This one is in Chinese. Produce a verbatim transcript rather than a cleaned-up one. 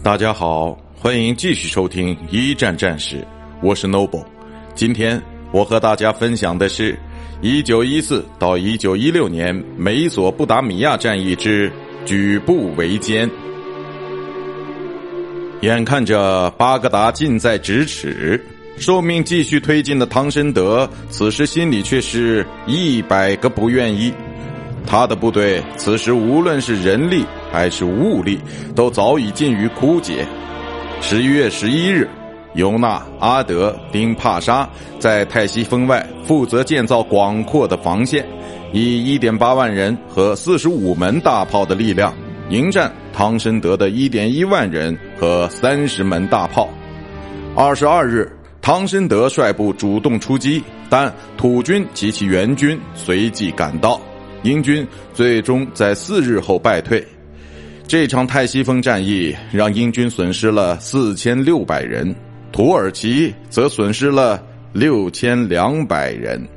大家好，欢迎继续收听一战战史，我是 Noble。 今天我和大家分享的是一九一四到一九一六年美索不达米亚战役之举步维艰。眼看着巴格达近在咫尺，受命继续推进的汤申德此时心里却是一百个不愿意。他的部队此时无论是人力还是物力都早已近于枯竭。十一月十一日，尤纳、阿德、丁帕沙在泰西峰外负责建造广阔的防线，以 一点八万人和四十五门大炮的力量迎战汤申德的 一点一万人和三十门大炮。二十二日，汤申德率部主动出击，但土军及其援军随即赶到，英军最终在四日后败退。这场泰西峰战役让英军损失了四千六百人，土耳其则损失了六千两百人。